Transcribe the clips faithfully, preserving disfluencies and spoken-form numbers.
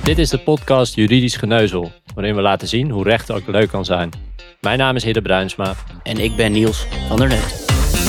Dit is de podcast Juridisch Geneuzel, waarin we laten zien hoe recht ook leuk kan zijn. Mijn naam is Hidde Bruinsma. En ik ben Niels van der Neut.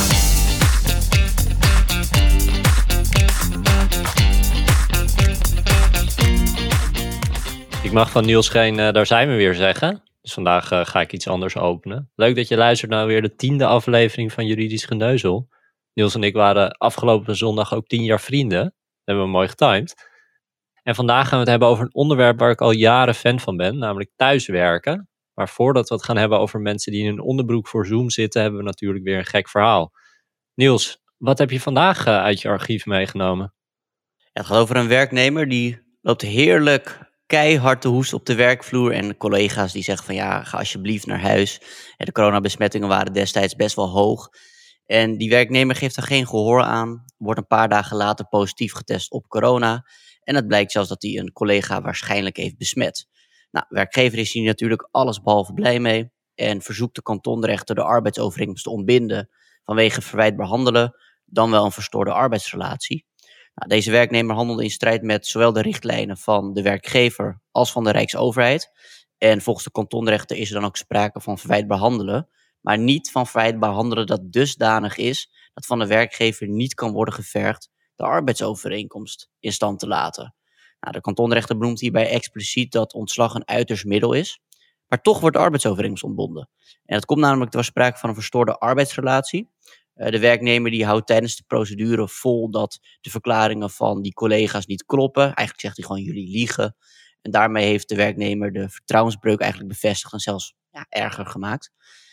Ik mag van Niels geen uh, daar zijn we weer zeggen. Dus vandaag uh, ga ik iets anders openen. Leuk dat je luistert naar weer de tiende aflevering van Juridisch Geneuzel. Niels en ik waren afgelopen zondag ook tien jaar vrienden. Dat hebben we mooi getimed. En vandaag gaan we het hebben over een onderwerp waar ik al jaren fan van ben, namelijk thuiswerken. Maar voordat we het gaan hebben over mensen die in een onderbroek voor Zoom zitten, hebben we natuurlijk weer een gek verhaal. Niels, wat heb je vandaag uh, uit je archief meegenomen? Ja, het gaat over een werknemer die loopt heerlijk keihard te hoesten op de werkvloer. En collega's die zeggen van ja, ga alsjeblieft naar huis. En de coronabesmettingen waren destijds best wel hoog. En die werknemer geeft er geen gehoor aan. Wordt een paar dagen later positief getest op corona. En het blijkt zelfs dat hij een collega waarschijnlijk heeft besmet. Nou, werkgever is hier natuurlijk allesbehalve blij mee. En verzoekt de kantonrechter de arbeidsovereenkomst te ontbinden vanwege verwijtbaar handelen, dan wel een verstoorde arbeidsrelatie. Nou, deze werknemer handelde in strijd met zowel de richtlijnen van de werkgever als van de Rijksoverheid. En volgens de kantonrechter is er dan ook sprake van verwijtbaar handelen, maar niet van verwijtbaar handelen dat dusdanig is dat van de werkgever niet kan worden gevergd de arbeidsovereenkomst in stand te laten. Nou, de kantonrechter benoemt hierbij expliciet dat ontslag een uiterst middel is, maar toch wordt de arbeidsovereenkomst ontbonden. En dat komt namelijk door sprake van een verstoorde arbeidsrelatie. Uh, de werknemer die houdt tijdens de procedure vol dat de verklaringen van die collega's niet kloppen. Eigenlijk zegt hij gewoon jullie liegen. En daarmee heeft de werknemer de vertrouwensbreuk eigenlijk bevestigd en zelfs ja, erger gemaakt.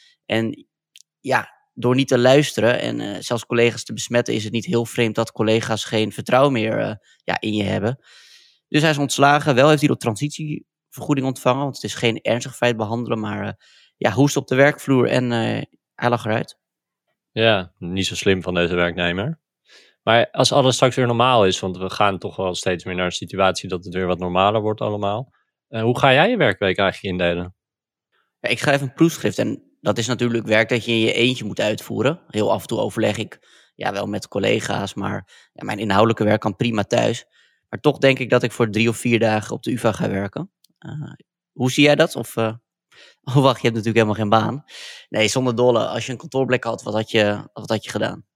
En ja, door niet te luisteren en uh, zelfs collega's te besmetten is het niet heel vreemd dat collega's geen vertrouwen meer uh, ja, in je hebben. Dus hij is ontslagen. Wel heeft hij de transitievergoeding ontvangen, want het is geen ernstig feit behandelen, maar uh, ja, hoest op de werkvloer en uh, hij lag eruit. Ja, niet zo slim van deze werknemer. Maar als alles straks weer normaal is, want we gaan toch wel steeds meer naar een situatie dat het weer wat normaler wordt allemaal. Uh, hoe ga jij je werkweek eigenlijk indelen? Ja, ik schrijf een proefschrift en dat is natuurlijk werk dat je in je eentje moet uitvoeren. Heel af en toe overleg ik ja, wel met collega's, maar ja, mijn inhoudelijke werk kan prima thuis. Maar toch denk ik dat ik voor drie of vier dagen op de U vA ga werken. Uh, hoe zie jij dat? Of, uh, oh wacht, je hebt natuurlijk helemaal geen baan. Nee, zonder dolle. Als je een kantoorplek had, wat had je, wat had je gedaan?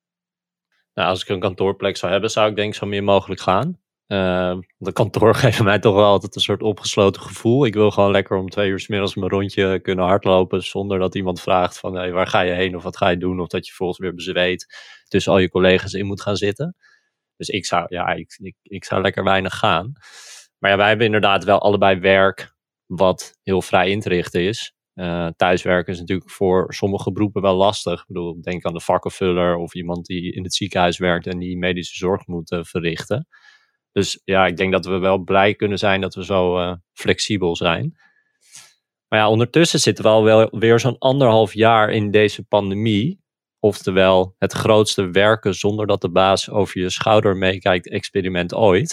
Nou, als ik een kantoorplek zou hebben, zou ik denk ik zo meer mogelijk gaan. Uh, de kantoor geeft mij toch wel altijd een soort opgesloten gevoel. Ik wil gewoon lekker om twee uur 's middags mijn rondje kunnen hardlopen zonder dat iemand vraagt van hey, waar ga je heen of wat ga je doen? Of dat je volgens weer bezweet tussen al je collega's in moet gaan zitten. Dus ik zou, ja, ik, ik, ik zou lekker weinig gaan. Maar ja, wij hebben inderdaad wel allebei werk wat heel vrij in te richten is. Uh, thuiswerken is natuurlijk voor sommige beroepen wel lastig. Ik bedoel, denk aan de vakkenvuller of iemand die in het ziekenhuis werkt en die medische zorg moet uh, verrichten. Dus ja, ik denk dat we wel blij kunnen zijn dat we zo uh, flexibel zijn. Maar ja, ondertussen zitten we al wel weer zo'n anderhalf jaar in deze pandemie. Oftewel het grootste werken zonder dat de baas over je schouder meekijkt experiment ooit.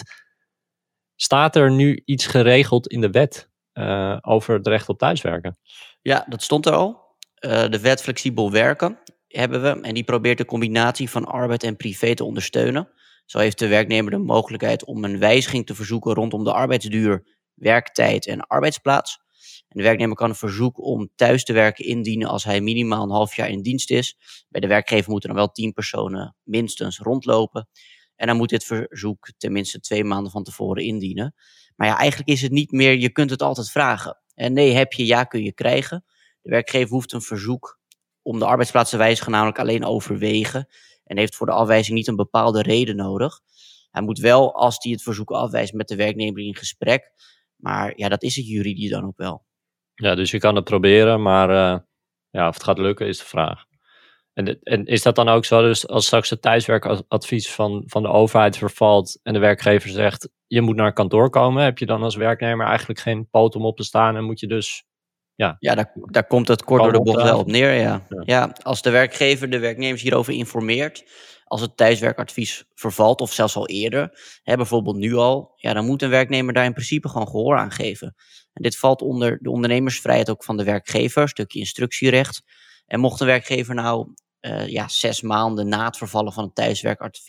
Staat er nu iets geregeld in de wet uh, over het recht op thuiswerken? Ja, dat stond er al. Uh, de wet flexibel werken hebben we. En die probeert de combinatie van arbeid en privé te ondersteunen. Zo heeft de werknemer de mogelijkheid om een wijziging te verzoeken rondom de arbeidsduur, werktijd en arbeidsplaats. En de werknemer kan een verzoek om thuis te werken indienen als hij minimaal een half jaar in dienst is. Bij de werkgever moeten dan wel tien personen minstens rondlopen. En dan moet dit verzoek tenminste twee maanden van tevoren indienen. Maar ja, eigenlijk is het niet meer, je kunt het altijd vragen. En nee, heb je, ja kun je krijgen. De werkgever hoeft een verzoek om de arbeidsplaats te wijzigen namelijk alleen overwegen. En heeft voor de afwijzing niet een bepaalde reden nodig. Hij moet wel, als hij het verzoek afwijst, met de werknemer in gesprek. Maar ja, dat is het juridisch dan ook wel. Ja, dus je kan het proberen, maar uh, ja, of het gaat lukken is de vraag. En, en is dat dan ook zo, dus als straks het thuiswerkadvies van, van de overheid vervalt en de werkgever zegt, je moet naar kantoor komen, heb je dan als werknemer eigenlijk geen poot om op te staan en moet je dus... Ja, ja daar, daar komt het kort door de bocht wel op neer, ja. ja. Ja, als de werkgever de werknemers hierover informeert, als het thuiswerkadvies vervalt of zelfs al eerder, hè, bijvoorbeeld nu al, ja, dan moet een werknemer daar in principe gewoon gehoor aan geven. En dit valt onder de ondernemersvrijheid ook van de werkgever, een stukje instructierecht. En mocht een werkgever nou uh, ja, zes maanden na het vervallen van het thuiswerkadvies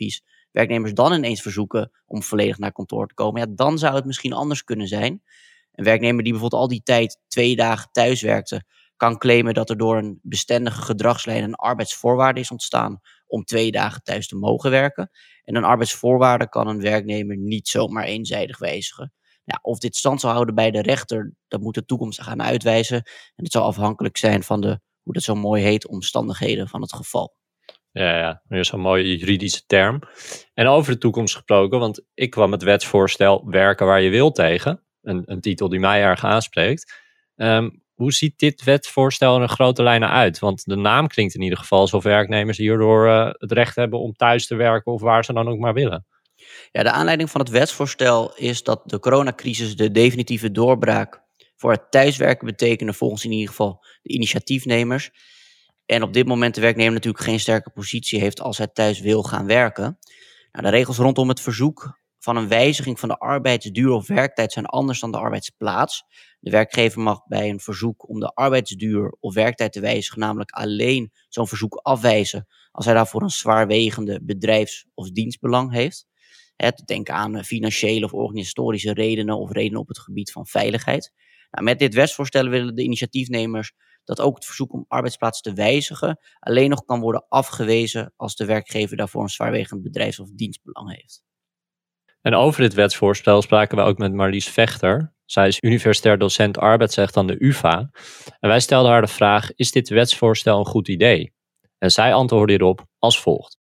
werknemers dan ineens verzoeken om volledig naar kantoor te komen, ja, dan zou het misschien anders kunnen zijn. Een werknemer die bijvoorbeeld al die tijd twee dagen thuis werkte, kan claimen dat er door een bestendige gedragslijn een arbeidsvoorwaarde is ontstaan om twee dagen thuis te mogen werken. En een arbeidsvoorwaarde kan een werknemer niet zomaar eenzijdig wijzigen. Ja, of dit stand zal houden bij de rechter, dat moet de toekomst gaan uitwijzen. En het zal afhankelijk zijn van de, hoe dat zo mooi heet, omstandigheden van het geval. Ja, ja, nu is een mooie juridische term. En over de toekomst gesproken, want ik kwam het wetsvoorstel Werken waar je wil tegen. Een, een titel die mij erg aanspreekt. Um, hoe ziet dit wetsvoorstel er in grote lijnen uit? Want de naam klinkt in ieder geval alsof werknemers hierdoor uh, het recht hebben om thuis te werken of waar ze dan ook maar willen. Ja, de aanleiding van het wetsvoorstel is dat de coronacrisis de definitieve doorbraak voor het thuiswerken betekende, volgens in ieder geval de initiatiefnemers. En op dit moment de werknemer natuurlijk geen sterke positie heeft als hij thuis wil gaan werken. Nou, de regels rondom het verzoek van een wijziging van de arbeidsduur of werktijd zijn anders dan de arbeidsplaats. De werkgever mag bij een verzoek om de arbeidsduur of werktijd te wijzigen namelijk alleen zo'n verzoek afwijzen als hij daarvoor een zwaarwegende bedrijfs- of dienstbelang heeft. He, denk aan financiële of organisatorische redenen of redenen op het gebied van veiligheid. Nou, met dit wetsvoorstel willen de initiatiefnemers dat ook het verzoek om arbeidsplaats te wijzigen alleen nog kan worden afgewezen als de werkgever daarvoor een zwaarwegend bedrijfs- of dienstbelang heeft. En over dit wetsvoorstel spraken we ook met Marlies Vechter. Zij is universitair docent arbeidsrecht aan de U vA. En wij stelden haar de vraag, is dit wetsvoorstel een goed idee? En zij antwoordde hierop als volgt.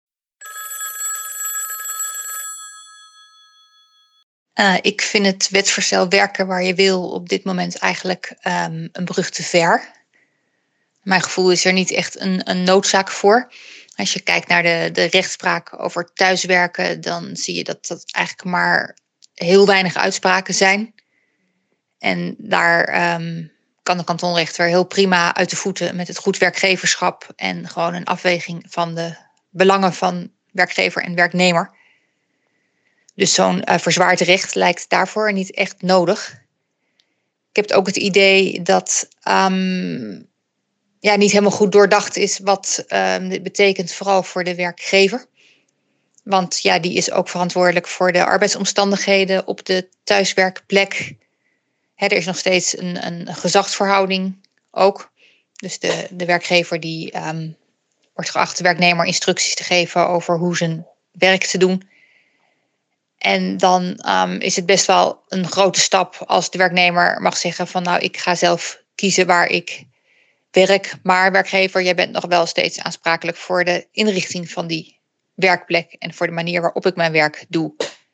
Uh, ik vind het wetsvoorstel Werken waar je wil op dit moment eigenlijk um, een brug te ver. Mijn gevoel is er niet echt een, een noodzaak voor. Als je kijkt naar de, de rechtspraak over thuiswerken, dan zie je dat dat eigenlijk maar heel weinig uitspraken zijn. En daar um, kan de kantonrechter heel prima uit de voeten met het goed werkgeverschap en gewoon een afweging van de belangen van werkgever en werknemer. Dus zo'n uh, verzwaard recht lijkt daarvoor niet echt nodig. Ik heb ook het idee dat um, ja, niet helemaal goed doordacht is wat um, dit betekent, vooral voor de werkgever. Want ja, die is ook verantwoordelijk voor de arbeidsomstandigheden op de thuiswerkplek. Hè, er is nog steeds een, een gezagsverhouding ook. Dus de, de werkgever die um, wordt geacht de werknemer instructies te geven over hoe zijn werk te doen. En dan um, is het best wel een grote stap als de werknemer mag zeggen van nou, ik ga zelf kiezen waar ik werk. Maar werkgever, jij bent nog wel steeds aansprakelijk voor de inrichting van die werkplek en voor de manier waarop ik mijn werk doe.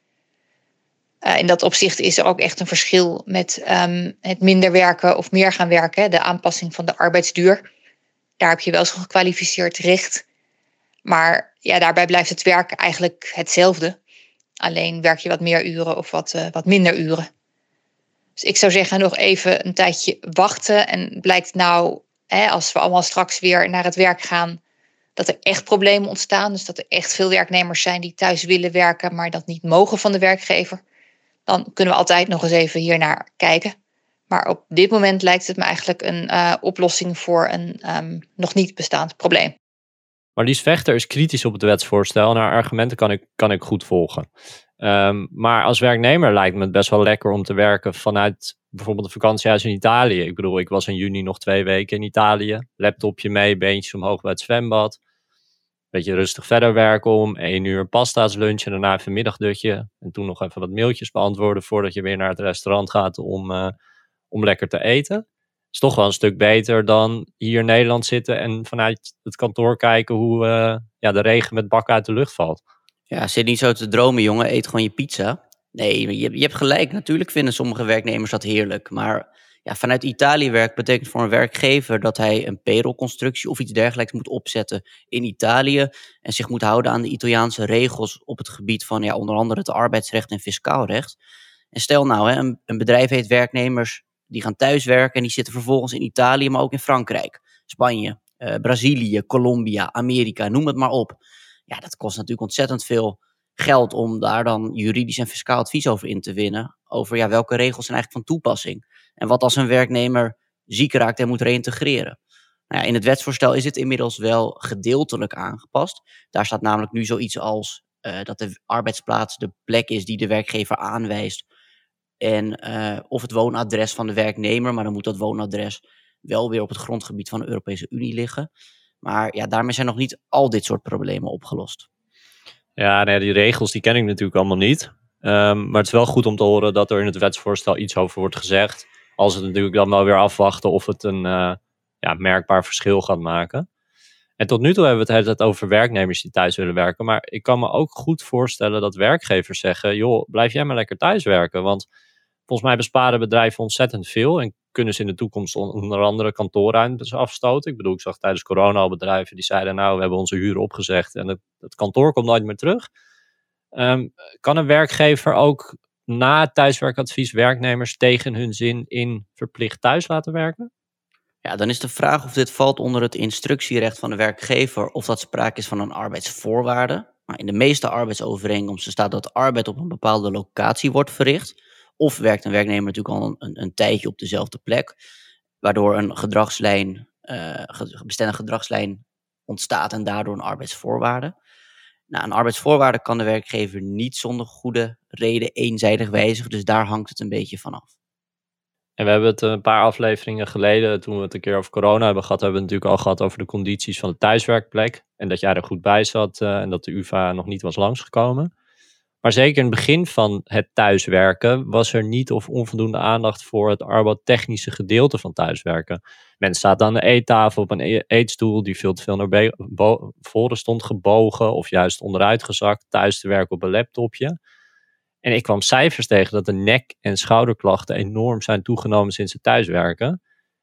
Uh, in dat opzicht is er ook echt een verschil met um, het minder werken of meer gaan werken. De aanpassing van de arbeidsduur. Daar heb je wel zo'n gekwalificeerd recht. Maar ja, daarbij blijft het werk eigenlijk hetzelfde. Alleen werk je wat meer uren of wat, uh, wat minder uren. Dus ik zou zeggen nog even een tijdje wachten. En blijkt nou, hè, als we allemaal straks weer naar het werk gaan, dat er echt problemen ontstaan. Dus dat er echt veel werknemers zijn die thuis willen werken, maar dat niet mogen van de werkgever. Dan kunnen we altijd nog eens even hier naar kijken. Maar op dit moment lijkt het me eigenlijk een uh, oplossing voor een um, nog niet bestaand probleem. Marlies Vechter is kritisch op het wetsvoorstel en haar argumenten kan ik, kan ik goed volgen. Um, maar als werknemer lijkt me het best wel lekker om te werken vanuit bijvoorbeeld een vakantiehuis in Italië. Ik bedoel, ik was in juni nog twee weken in Italië. Laptopje mee, beentjes omhoog bij het zwembad. Beetje rustig verder werken om. één uur pasta's lunchen, daarna even een middagdutje. En toen nog even wat mailtjes beantwoorden voordat je weer naar het restaurant gaat om, uh, om lekker te eten. Is toch wel een stuk beter dan hier in Nederland zitten en vanuit het kantoor kijken hoe uh, ja, de regen met bakken uit de lucht valt. Ja, zit niet zo te dromen, jongen. Eet gewoon je pizza. Nee, je, je hebt gelijk. Natuurlijk vinden sommige werknemers dat heerlijk. Maar ja, vanuit Italië werk betekent voor een werkgever dat hij een payrollconstructie of iets dergelijks moet opzetten in Italië en zich moet houden aan de Italiaanse regels op het gebied van ja, onder andere het arbeidsrecht en fiscaal recht. En stel nou, hè, een, een bedrijf heeft werknemers die gaan thuiswerken en die zitten vervolgens in Italië, maar ook in Frankrijk, Spanje, uh, Brazilië, Colombia, Amerika, noem het maar op. Ja, dat kost natuurlijk ontzettend veel geld om daar dan juridisch en fiscaal advies over in te winnen. Over ja, welke regels zijn eigenlijk van toepassing. En wat als een werknemer ziek raakt en moet reïntegreren. Nou ja, in het wetsvoorstel is dit inmiddels wel gedeeltelijk aangepast. Daar staat namelijk nu zoiets als uh, dat de arbeidsplaats de plek is die de werkgever aanwijst. En uh, of het woonadres van de werknemer, maar dan moet dat woonadres wel weer op het grondgebied van de Europese Unie liggen. Maar ja, daarmee zijn nog niet al dit soort problemen opgelost. Ja, nee, die regels die ken ik natuurlijk allemaal niet. Um, maar het is wel goed om te horen dat er in het wetsvoorstel iets over wordt gezegd. Als het natuurlijk dan wel weer afwachten of het een uh, ja, merkbaar verschil gaat maken. En tot nu toe hebben we het hele tijd over werknemers die thuis willen werken. Maar ik kan me ook goed voorstellen dat werkgevers zeggen, joh, blijf jij maar lekker thuis werken. Want volgens mij besparen bedrijven ontzettend veel en kunnen ze in de toekomst onder andere kantoorruimtes afstoten. Ik bedoel, ik zag tijdens corona al bedrijven die zeiden, nou, we hebben onze huur opgezegd en het, het kantoor komt nooit meer terug. Um, kan een werkgever ook na het thuiswerkadvies werknemers tegen hun zin in verplicht thuis laten werken? Ja, dan is de vraag of dit valt onder het instructierecht van de werkgever of dat sprake is van een arbeidsvoorwaarde. Maar in de meeste arbeidsovereenkomsten staat dat arbeid op een bepaalde locatie wordt verricht. Of werkt een werknemer natuurlijk al een, een tijdje op dezelfde plek, waardoor een gedragslijn, uh, bestendige gedragslijn ontstaat en daardoor een arbeidsvoorwaarde. Nou, een arbeidsvoorwaarde kan de werkgever niet zonder goede reden eenzijdig wijzigen, dus daar hangt het een beetje van af. En we hebben het een paar afleveringen geleden, toen we het een keer over corona hebben gehad, hebben we het natuurlijk al gehad over de condities van de thuiswerkplek. En dat jij er goed bij zat uh, en dat de U vA nog niet was langsgekomen. Maar zeker in het begin van het thuiswerken was er niet of onvoldoende aandacht voor het arbotechnische gedeelte van thuiswerken. Men staat aan de eettafel op een eetstoel die veel te veel naar be- bo- voren stond gebogen of juist onderuit gezakt, thuis te werken op een laptopje. En ik kwam cijfers tegen dat de nek- en schouderklachten enorm zijn toegenomen sinds het thuiswerken.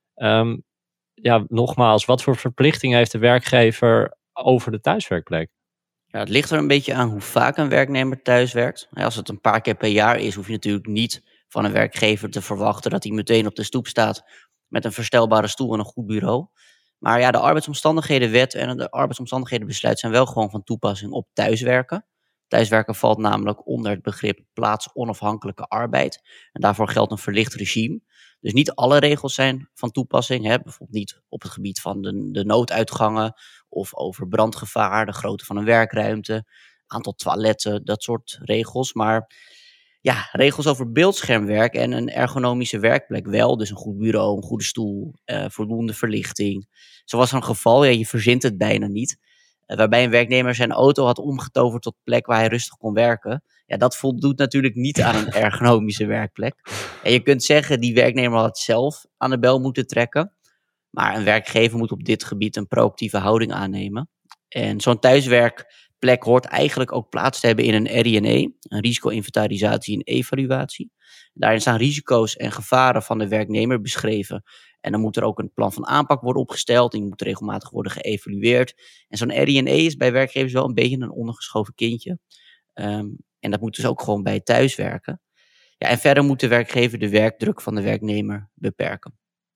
Um, ja, nogmaals, wat voor verplichting heeft de werkgever over de thuiswerkplek? Ja, het ligt er een beetje aan hoe vaak een werknemer thuis werkt. Als het een paar keer per jaar is, hoef je natuurlijk niet van een werkgever te verwachten dat hij meteen op de stoep staat met een verstelbare stoel en een goed bureau. Maar ja, de arbeidsomstandighedenwet en de arbeidsomstandighedenbesluit zijn wel gewoon van toepassing op thuiswerken. Thuiswerken valt namelijk onder het begrip plaatsonafhankelijke arbeid. En daarvoor geldt een verlicht regime. Dus niet alle regels zijn van toepassing. Hè? Bijvoorbeeld niet op het gebied van de, de nooduitgangen of over brandgevaar, de grootte van een werkruimte, aantal toiletten, dat soort regels. Maar ja, regels over beeldschermwerk en een ergonomische werkplek wel. Dus een goed bureau, een goede stoel, uh, voldoende verlichting. Zo was er een geval, ja, je verzint het bijna niet, uh, waarbij een werknemer zijn auto had omgetoverd tot plek waar hij rustig kon werken. Ja, dat voldoet natuurlijk niet aan een ergonomische werkplek. En je kunt zeggen, die werknemer had zelf aan de bel moeten trekken. Maar een werkgever moet op dit gebied een proactieve houding aannemen. En zo'n thuiswerkplek hoort eigenlijk ook plaats te hebben in een R I N E, een risico-inventarisatie en evaluatie. Daarin staan risico's en gevaren van de werknemer beschreven. En dan moet er ook een plan van aanpak worden opgesteld. Die moet regelmatig worden geëvalueerd. En zo'n R I N E is bij werkgevers wel een beetje een ondergeschoven kindje. Um, en dat moet dus ook gewoon bij thuiswerken. Ja, en verder moet de werkgever de werkdruk van de werknemer beperken.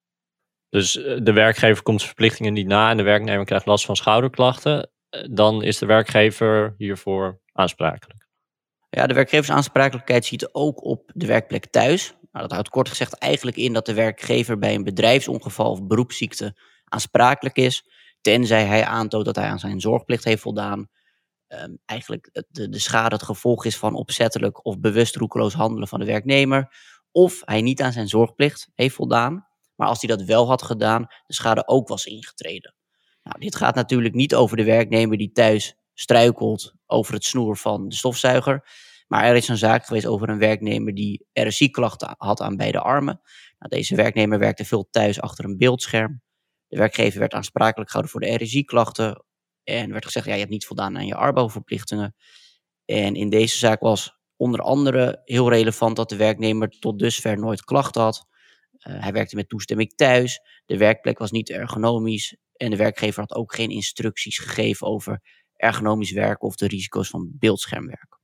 Dus de werkgever komt zijn verplichtingen niet na en de werknemer krijgt last van schouderklachten. Dan is de werkgever hiervoor aansprakelijk. Ja, de werkgeversaansprakelijkheid ziet ook op de werkplek thuis. Nou, dat houdt kort gezegd eigenlijk in dat de werkgever bij een bedrijfsongeval of beroepsziekte aansprakelijk is, tenzij hij aantoont dat hij aan zijn zorgplicht heeft voldaan. Um, eigenlijk de, de schade het gevolg is van opzettelijk of bewust roekeloos handelen van de werknemer, of hij niet aan zijn zorgplicht heeft voldaan, maar als hij dat wel had gedaan, de schade ook was ingetreden. Nou, dit gaat natuurlijk niet over de werknemer die thuis struikelt over het snoer van de stofzuiger, maar er is een zaak geweest over een werknemer die R S I-klachten had aan beide armen. Nou, deze werknemer werkte veel thuis achter een beeldscherm. De werkgever werd aansprakelijk gehouden voor de R S I-klachten en werd gezegd, ja, je hebt niet voldaan aan je arbo-verplichtingen. En in deze zaak was onder andere heel relevant dat de werknemer tot dusver nooit klachten had. Uh, hij werkte met toestemming thuis, de werkplek was niet ergonomisch en de werkgever had ook geen instructies gegeven over ergonomisch werken of de risico's van beeldschermwerk.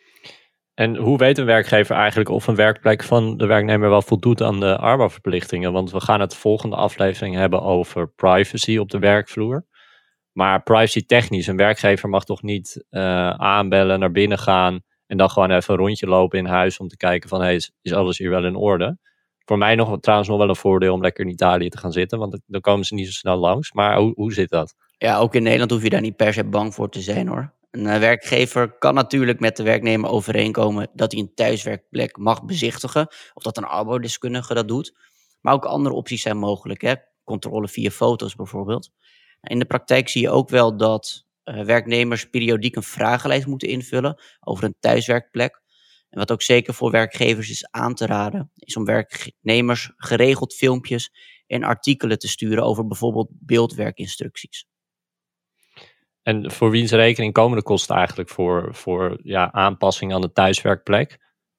En hoe weet een werkgever eigenlijk of een werkplek van de werknemer wel voldoet aan de arbo-verplichtingen? Want we gaan het de volgende aflevering hebben over privacy op de werkvloer. Maar privacy technisch, een werkgever mag toch niet uh, aanbellen, naar binnen gaan en dan gewoon even een rondje lopen in huis om te kijken van, hey, is, is alles hier wel in orde? Voor mij nog trouwens nog wel een voordeel om lekker in Italië te gaan zitten, want dan komen ze niet zo snel langs. Maar hoe, hoe zit dat? Ja, ook in Nederland hoef je daar niet per se bang voor te zijn, hoor. Een uh, werkgever kan natuurlijk met de werknemer overeenkomen dat hij een thuiswerkplek mag bezichtigen. Of dat een arbeidsdeskundige dat doet. Maar ook andere opties zijn mogelijk. Hè? Controle via foto's bijvoorbeeld. In de praktijk zie je ook wel dat uh, werknemers periodiek een vragenlijst moeten invullen over een thuiswerkplek. En wat ook zeker voor werkgevers is aan te raden, is om werknemers geregeld filmpjes en artikelen te sturen over bijvoorbeeld beeldwerkinstructies. En voor wiens rekening komen de kosten eigenlijk voor, voor ja, aanpassing aan de thuiswerkplek?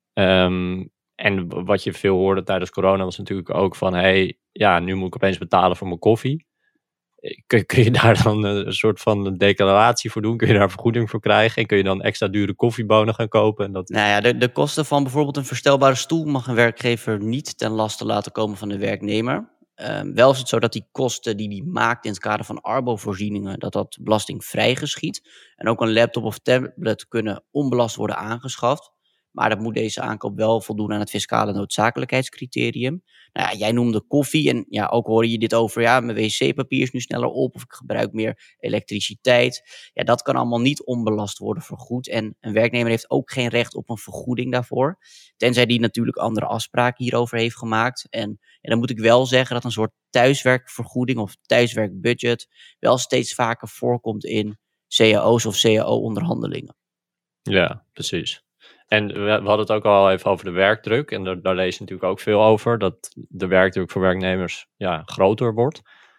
Um, en wat je veel hoorde tijdens corona was natuurlijk ook van, hey, ja, nu moet ik opeens betalen voor mijn koffie. Kun, kun je daar dan een soort van declaratie voor doen? Kun je daar vergoeding voor krijgen? En kun je dan extra dure koffiebonen gaan kopen? En dat... Nou ja, de, de kosten van bijvoorbeeld een verstelbare stoel mag een werkgever niet ten laste laten komen van de werknemer. Uh, wel is het zo dat die kosten die die maakt in het kader van arbovoorzieningen, dat dat belastingvrij geschiet. En ook een laptop of tablet kunnen onbelast worden aangeschaft. Maar dat moet deze aankoop wel voldoen aan het fiscale noodzakelijkheidscriterium. Nou ja, jij noemde koffie en ja, ook hoor je dit over, ja, mijn wc-papier is nu sneller op of ik gebruik meer elektriciteit. Ja, dat kan allemaal niet onbelast worden vergoed. En een werknemer heeft ook geen recht op een vergoeding daarvoor. Tenzij die natuurlijk andere afspraken hierover heeft gemaakt. En ja, dan moet ik wel zeggen dat een soort thuiswerkvergoeding of thuiswerkbudget wel steeds vaker voorkomt in C A O's of C A O-onderhandelingen. Ja, precies. En we hadden het ook al even over de werkdruk. En daar, daar lees je natuurlijk ook veel over. Dat de werkdruk voor werknemers ja, groter wordt.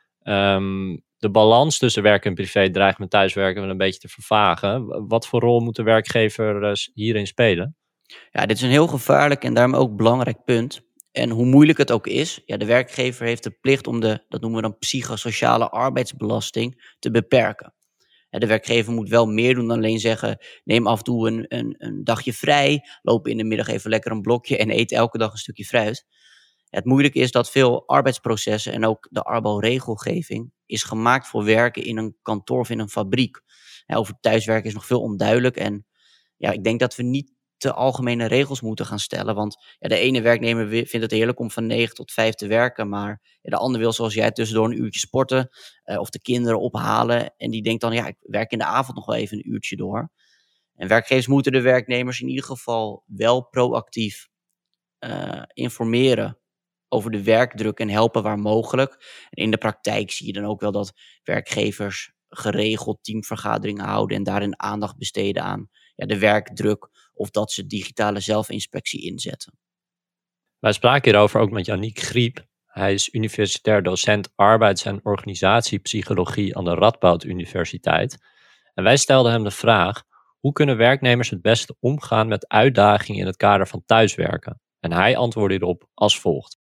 Um, de balans tussen werk en privé dreigt met thuiswerken wel een beetje te vervagen. Wat voor rol moet de werkgever hierin spelen? Ja, dit is een heel gevaarlijk en daarom ook belangrijk punt. En hoe moeilijk het ook is, ja, de werkgever heeft de plicht om de, dat noemen we dan psychosociale arbeidsbelasting, te beperken. De werkgever moet wel meer doen dan alleen zeggen, neem af en toe een, een, een dagje vrij, loop in de middag even lekker een blokje en eet elke dag een stukje fruit. Het moeilijke is dat veel arbeidsprocessen en ook de arbo-regelgeving is gemaakt voor werken in een kantoor of in een fabriek. Ja, over thuiswerken is nog veel onduidelijk en ja, ik denk dat we niet te algemene regels moeten gaan stellen, want ja, de ene werknemer vindt het heerlijk om van negen tot vijf te werken, maar ja, de ander wil zoals jij tussendoor een uurtje sporten uh, of de kinderen ophalen en die denkt dan, ja, ik werk in de avond nog wel even een uurtje door. En werkgevers moeten de werknemers in ieder geval wel proactief uh, informeren over de werkdruk en helpen waar mogelijk. En in de praktijk zie je dan ook wel dat werkgevers geregeld teamvergaderingen houden en daarin aandacht besteden aan ja, de werkdruk of dat ze digitale zelfinspectie inzetten. Wij spraken hierover ook met Yannick Griep. Hij is universitair docent arbeids- en organisatiepsychologie aan de Radboud Universiteit. En wij stelden hem de vraag, hoe kunnen werknemers het beste omgaan met uitdagingen in het kader van thuiswerken? En hij antwoordde hierop als volgt.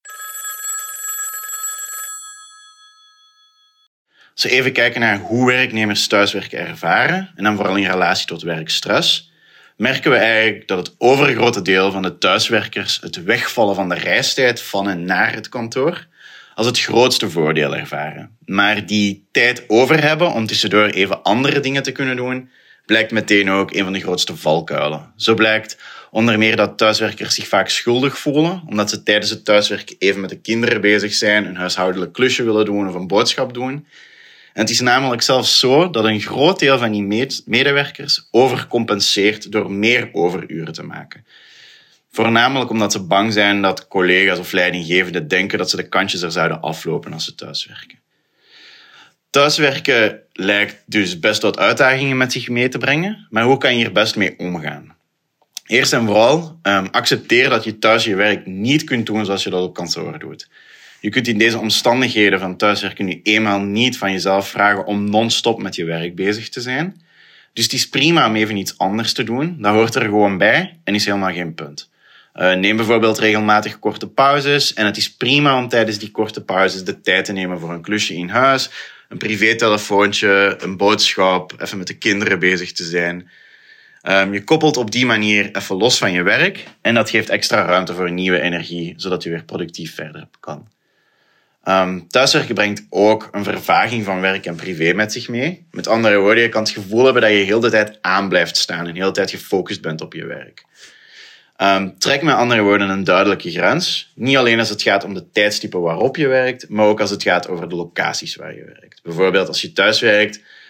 Als we even kijken naar hoe werknemers thuiswerken ervaren, en dan vooral in relatie tot werkstress, merken we eigenlijk dat het overgrote deel van de thuiswerkers het wegvallen van de reistijd van en naar het kantoor als het grootste voordeel ervaren. Maar die tijd over hebben om tussendoor even andere dingen te kunnen doen, blijkt meteen ook een van de grootste valkuilen. Zo blijkt onder meer dat thuiswerkers zich vaak schuldig voelen, omdat ze tijdens het thuiswerken even met de kinderen bezig zijn, een huishoudelijk klusje willen doen of een boodschap doen. En het is namelijk zelfs zo dat een groot deel van die medewerkers overcompenseert door meer overuren te maken. Voornamelijk omdat ze bang zijn dat collega's of leidinggevenden denken dat ze de kantjes er zouden aflopen als ze thuiswerken. Thuiswerken lijkt dus best wat uitdagingen met zich mee te brengen, maar hoe kan je hier best mee omgaan? Eerst en vooral, um, accepteer dat je thuis je werk niet kunt doen zoals je dat op kantoor doet. Je kunt in deze omstandigheden van thuiswerken nu eenmaal niet van jezelf vragen om non-stop met je werk bezig te zijn. Dus het is prima om even iets anders te doen. Dat hoort er gewoon bij en is helemaal geen punt. Uh, neem bijvoorbeeld regelmatig korte pauzes en het is prima om tijdens die korte pauzes de tijd te nemen voor een klusje in huis, een privételefoontje, een boodschap, even met de kinderen bezig te zijn. Um, je koppelt op die manier even los van je werk en dat geeft extra ruimte voor nieuwe energie, zodat je weer productief verder kan. Um, thuiswerken brengt ook een vervaging van werk en privé met zich mee. Met andere woorden, je kan het gevoel hebben dat je heel de tijd aan blijft staan en heel de tijd gefocust bent op je werk. Um, trek met andere woorden een duidelijke grens. Niet alleen als het gaat om de tijdstippen waarop je werkt, maar ook als het gaat over de locaties waar je werkt. Bijvoorbeeld als je thuis werkt,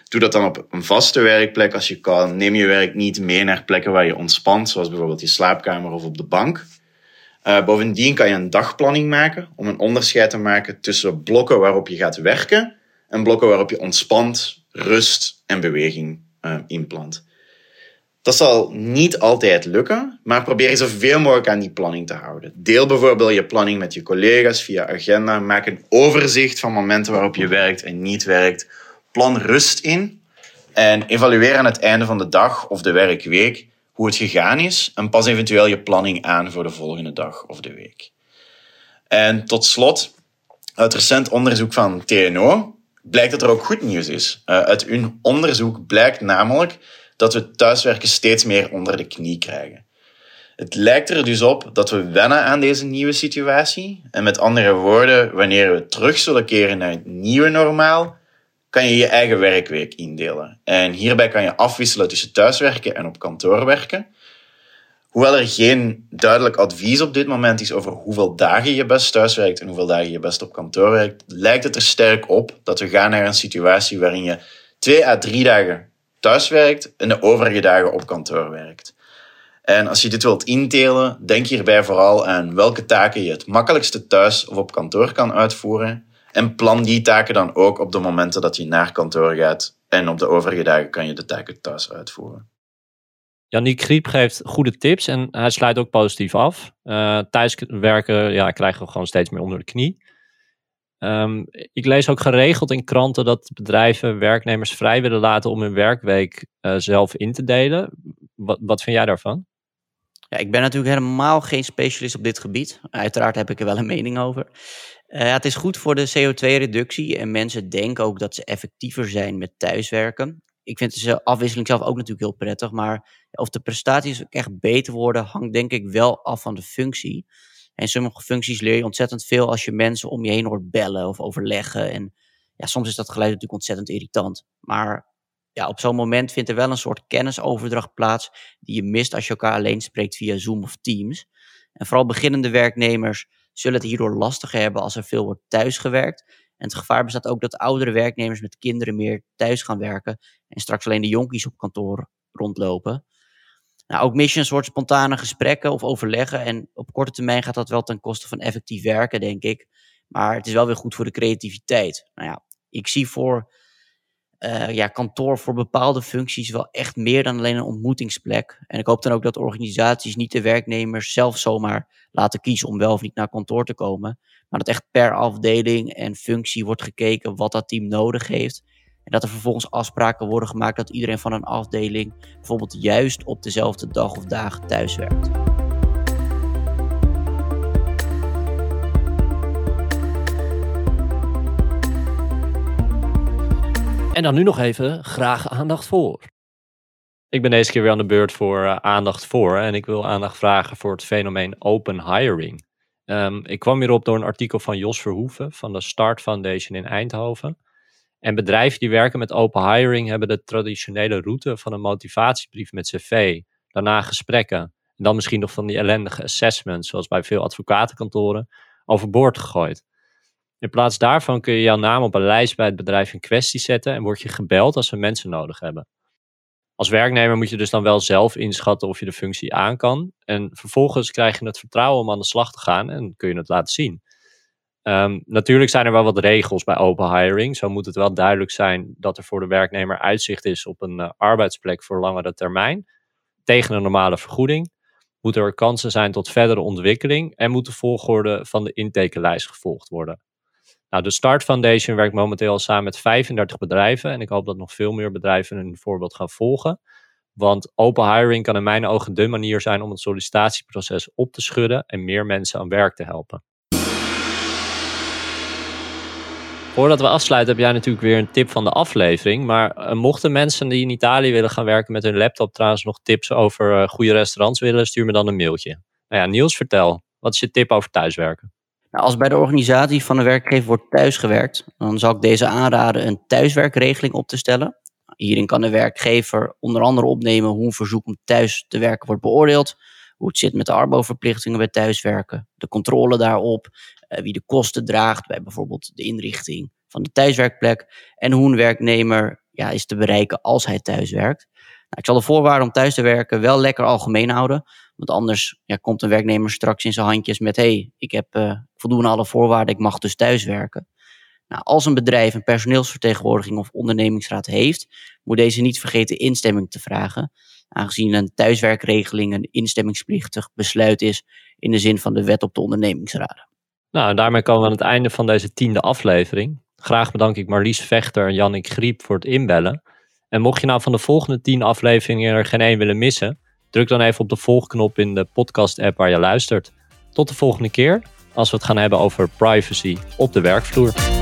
Doe dat dan op een vaste werkplek als je kan. Neem je werk niet mee naar plekken waar je ontspant, zoals bijvoorbeeld je slaapkamer of op de bank. Uh, bovendien kan je een dagplanning maken om een onderscheid te maken tussen blokken waarop je gaat werken en blokken waarop je ontspant, rust en beweging uh, inplant. Dat zal niet altijd lukken, maar probeer zoveel mogelijk aan die planning te houden. Deel bijvoorbeeld je planning met je collega's via agenda. Maak een overzicht van momenten waarop je werkt en niet werkt. Plan rust in en evalueer aan het einde van de dag of de werkweek hoe het gegaan is en pas eventueel je planning aan voor de volgende dag of de week. En tot slot, uit recent onderzoek van T N O blijkt dat er ook goed nieuws is. Uh, uit hun onderzoek blijkt namelijk dat we thuiswerken steeds meer onder de knie krijgen. Het lijkt er dus op dat we wennen aan deze nieuwe situatie. En met andere woorden, wanneer we terug zullen keren naar het nieuwe normaal, kan je je eigen werkweek indelen. En hierbij kan je afwisselen tussen thuiswerken en op kantoor werken. Hoewel er geen duidelijk advies op dit moment is over hoeveel dagen je best thuiswerkt en hoeveel dagen je best op kantoor werkt, lijkt het er sterk op dat we gaan naar een situatie waarin je twee à drie dagen thuis werkt en de overige dagen op kantoor werkt. En als je dit wilt indelen, denk hierbij vooral aan welke taken je het makkelijkste thuis of op kantoor kan uitvoeren. En plan die taken dan ook op de momenten dat je naar kantoor gaat. En op de overige dagen kan je de taken thuis uitvoeren. Yannick Griep geeft goede tips en hij sluit ook positief af. Uh, thuiswerken ja, krijgen we gewoon steeds meer onder de knie. Um, ik lees ook geregeld in kranten dat bedrijven werknemers vrij willen laten om hun werkweek uh, zelf in te delen. Wat, wat vind jij daarvan? Ja, ik ben natuurlijk helemaal geen specialist op dit gebied. Uiteraard heb ik er wel een mening over. Uh, ja, het is goed voor de C O twee reductie en mensen denken ook dat ze effectiever zijn met thuiswerken. Ik vind de afwisseling zelf ook natuurlijk heel prettig, maar of de prestaties ook echt beter worden hangt denk ik wel af van de functie. En in sommige functies leer je ontzettend veel als je mensen om je heen hoort bellen of overleggen. En ja, soms is dat geluid natuurlijk ontzettend irritant. Maar ja, op zo'n moment vindt er wel een soort kennisoverdracht plaats die je mist als je elkaar alleen spreekt via Zoom of Teams. En vooral beginnende werknemers zullen het hierdoor lastiger hebben als er veel wordt thuisgewerkt. En het gevaar bestaat ook dat oudere werknemers met kinderen meer thuis gaan werken en straks alleen de jonkies op kantoor rondlopen. Nou, ook mis je een soort spontane gesprekken of overleggen. En op korte termijn gaat dat wel ten koste van effectief werken, denk ik. Maar het is wel weer goed voor de creativiteit. Nou ja, ik zie voor uh, ja, kantoor voor bepaalde functies wel echt meer dan alleen een ontmoetingsplek. En ik hoop dan ook dat organisaties niet de werknemers zelf zomaar laten kiezen om wel of niet naar kantoor te komen. Maar dat echt per afdeling en functie wordt gekeken wat dat team nodig heeft. En dat er vervolgens afspraken worden gemaakt dat iedereen van een afdeling bijvoorbeeld juist op dezelfde dag of dagen thuis werkt. En dan nu nog even graag aandacht voor. Ik ben deze keer weer aan de beurt voor uh, aandacht voor. En ik wil aandacht vragen voor het fenomeen open hiring. Um, ik kwam hierop door een artikel van Jos Verhoeven van de Start Foundation in Eindhoven. En bedrijven die werken met open hiring hebben de traditionele route van een motivatiebrief met cv, daarna gesprekken en dan misschien nog van die ellendige assessments, zoals bij veel advocatenkantoren, overboord gegooid. In plaats daarvan kun je jouw naam op een lijst bij het bedrijf in kwestie zetten en word je gebeld als we mensen nodig hebben. Als werknemer moet je dus dan wel zelf inschatten of je de functie aan kan. En vervolgens krijg je het vertrouwen om aan de slag te gaan en kun je het laten zien. Um, natuurlijk zijn er wel wat regels bij open hiring. Zo moet het wel duidelijk zijn dat er voor de werknemer uitzicht is op een uh, arbeidsplek voor langere termijn. Tegen een normale vergoeding. Moeten er kansen zijn tot verdere ontwikkeling. En moet de volgorde van de intakelijst gevolgd worden. Nou, de Start Foundation werkt momenteel al samen met vijfendertig bedrijven. En ik hoop dat nog veel meer bedrijven hun voorbeeld gaan volgen. Want open hiring kan in mijn ogen de manier zijn om het sollicitatieproces op te schudden en meer mensen aan werk te helpen. Voordat we afsluiten heb jij natuurlijk weer een tip van de aflevering. Maar uh, mochten mensen die in Italië willen gaan werken met hun laptop trouwens nog tips over uh, goede restaurants willen, stuur me dan een mailtje. Nou ja, Niels, vertel. Wat is je tip over thuiswerken? Nou, als bij de organisatie van de werkgever wordt thuisgewerkt, dan zou ik deze aanraden een thuiswerkregeling op te stellen. Hierin kan de werkgever onder andere opnemen hoe een verzoek om thuis te werken wordt beoordeeld, hoe het zit met de arbo-verplichtingen bij thuiswerken, de controle daarop, uh, wie de kosten draagt bij bijvoorbeeld de inrichting van de thuiswerkplek en hoe een werknemer ja, is te bereiken als hij thuis werkt. Nou, ik zal de voorwaarden om thuis te werken wel lekker algemeen houden. Want anders ja, komt een werknemer straks in zijn handjes met... hey, ik heb uh, voldoen aan alle voorwaarden, ik mag dus thuis werken. Nou, als een bedrijf een personeelsvertegenwoordiging of ondernemingsraad heeft... moet deze niet vergeten instemming te vragen... aangezien een thuiswerkregeling een instemmingsplichtig besluit is... in de zin van de wet op de ondernemingsraden. Nou, en daarmee komen we aan het einde van deze tiende aflevering. Graag bedank ik Marlies Vechter en Jannik Griep voor het inbellen. En mocht je nou van de volgende tien afleveringen er geen één willen missen... druk dan even op de volgknop in de podcast-app waar je luistert. Tot de volgende keer, als we het gaan hebben over privacy op de werkvloer.